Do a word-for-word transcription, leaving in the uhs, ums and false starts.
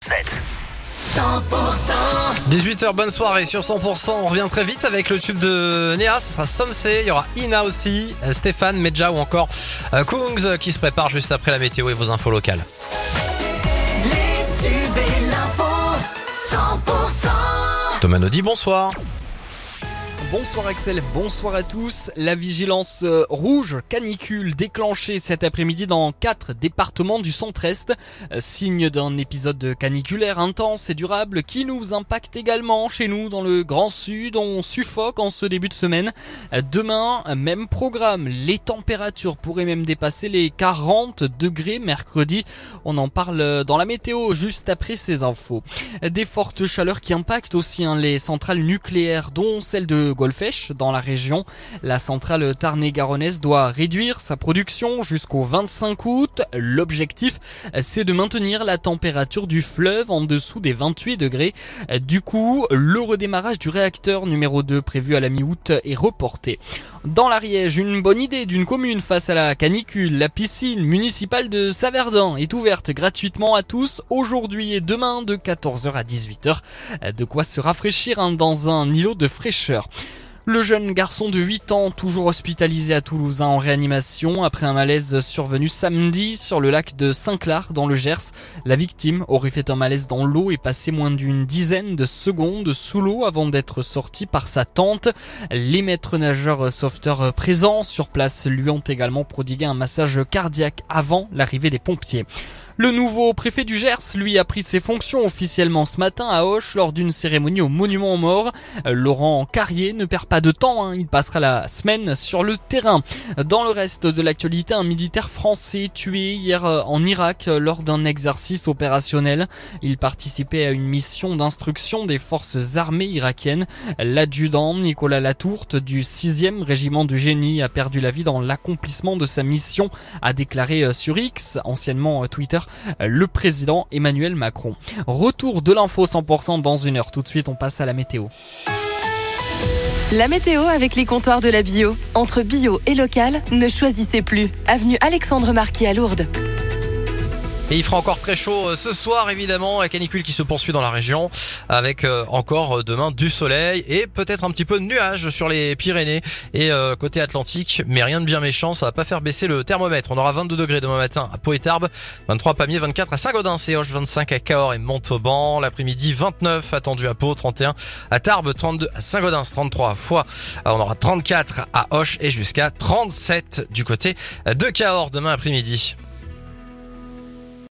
sept. cent pour cent. dix-huit heures, bonne soirée sur cent pour cent. On revient très vite avec le tube de Néa. Ce sera Somsé, il y aura Ina aussi, Stéphane, Medja ou encore euh, Kungs qui se prépare juste après la météo et vos infos locales. Les tubes et l'info, cent pour cent. Thomas Naudy, bonsoir. Bonsoir Axel, bonsoir à tous. La vigilance rouge canicule déclenchée cet après-midi dans quatre départements du centre-est. Signe d'un épisode caniculaire intense et durable qui nous impacte également chez nous dans le Grand Sud. On suffoque en ce début de semaine. Demain, même programme. Les températures pourraient même dépasser les quarante degrés mercredi. On en parle dans la météo juste après ces infos. Des fortes chaleurs qui impactent aussi hein, les centrales nucléaires dont celle de Golfech dans la région. La centrale Tarn-et-Garonnaise doit réduire sa production jusqu'au vingt-cinq août. L'objectif, c'est de maintenir la température du fleuve en dessous des vingt-huit degrés. Du coup, le redémarrage du réacteur numéro deux prévu à la mi-août est reporté. Dans l'Ariège, une bonne idée d'une commune face à la canicule. La piscine municipale de Saverdun est ouverte gratuitement à tous aujourd'hui et demain de quatorze heures à dix-huit heures. De quoi se rafraîchir hein, dans un îlot de fraîcheur. Le jeune garçon de huit ans, toujours hospitalisé à Toulouse, hein, en réanimation après un malaise survenu samedi sur le lac de Saint-Clar dans le Gers. La victime aurait fait un malaise dans l'eau et passé moins d'une dizaine de secondes sous l'eau avant d'être sorti par sa tante. Les maîtres nageurs sauveteurs présents sur place lui ont également prodigué un massage cardiaque avant l'arrivée des pompiers. Le nouveau préfet du Gers, lui, a pris ses fonctions officiellement ce matin à Auch lors d'une cérémonie au monument aux morts. Laurent Carrier ne perd pas de temps, hein, il passera la semaine sur le terrain. Dans le reste de l'actualité, un militaire français tué hier en Irak lors d'un exercice opérationnel. Il participait à une mission d'instruction des forces armées irakiennes. L'adjudant Nicolas Latourte du sixième régiment du génie a perdu la vie dans l'accomplissement de sa mission, a déclaré sur X, anciennement Twitter, le président Emmanuel Macron. Retour de l'info cent pour cent dans une heure. Tout de suite, on passe à la météo. La météo avec les comptoirs de la bio. Entre bio et local, ne choisissez plus. Avenue Alexandre Marquis à Lourdes. Et il fera encore très chaud ce soir évidemment, la canicule qui se poursuit dans la région avec euh, encore demain du soleil et peut-être un petit peu de nuages sur les Pyrénées et euh, côté Atlantique, mais rien de bien méchant, ça va pas faire baisser le thermomètre. On aura vingt-deux degrés demain matin à Pau et Tarbes, vingt-trois à Pamiers, vingt-quatre à Saint-Gaudens et Auch, vingt-cinq à Cahors et Montauban. L'après-midi, vingt-neuf attendu à Pau, trente et un à Tarbes, trente-deux à Saint-Gaudens, trente-trois à Foix. On aura trente-quatre à Auch et jusqu'à trente-sept du côté de Cahors demain après-midi.